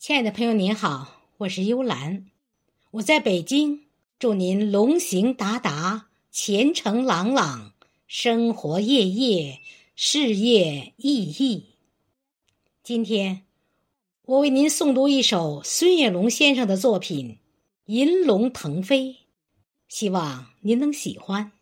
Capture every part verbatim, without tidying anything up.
亲爱的朋友您好，我是幽兰，我在北京，祝您龙行达达，前程朗朗，生活夜夜，事业熠熠。今天我为您诵读一首孙月龙先生的作品《银龙腾飞》，希望您能喜欢。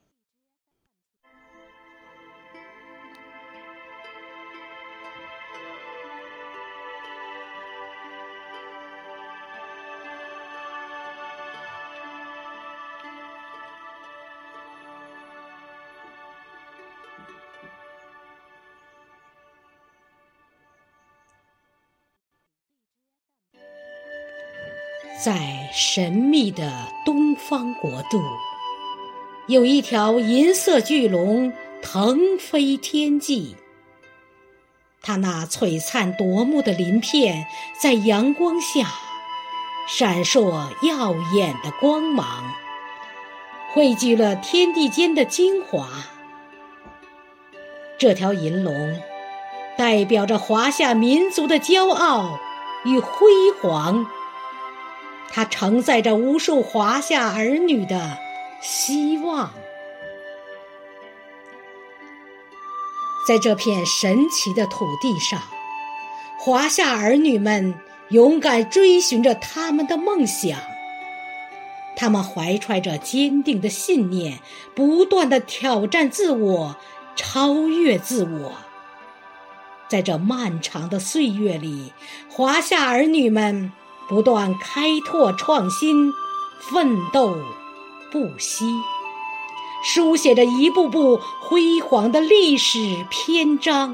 在神秘的东方国度，有一条银色巨龙腾飞天际。它那璀璨夺目的鳞片在阳光下闪烁耀眼的光芒，汇聚了天地间的精华。这条银龙代表着华夏民族的骄傲与辉煌，它承载着无数华夏儿女的希望。在这片神奇的土地上，华夏儿女们勇敢追寻着他们的梦想，他们怀揣着坚定的信念，不断地挑战自我，超越自我。在这漫长的岁月里，华夏儿女们不断开拓创新，奋斗不息，书写着一步步辉煌的历史篇章。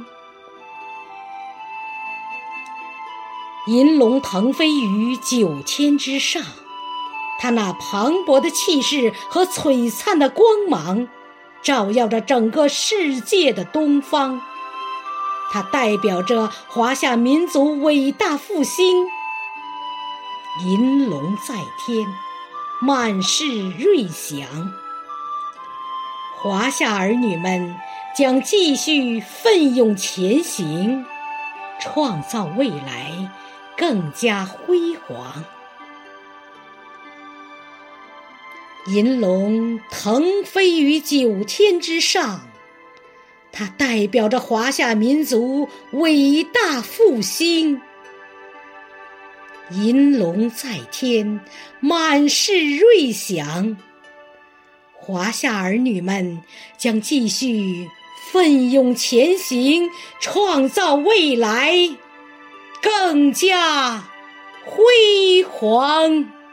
银龙腾飞于九天之上，它那磅礴的气势和璀璨的光芒照耀着整个世界的东方，它代表着华夏民族伟大复兴。银龙在天，满是瑞祥。华夏儿女们将继续奋勇前行，创造未来更加辉煌。银龙腾飞于九天之上，它代表着华夏民族伟大复兴。银龙在天，满是瑞祥。华夏儿女们将继续奋勇前行，创造未来更加辉煌。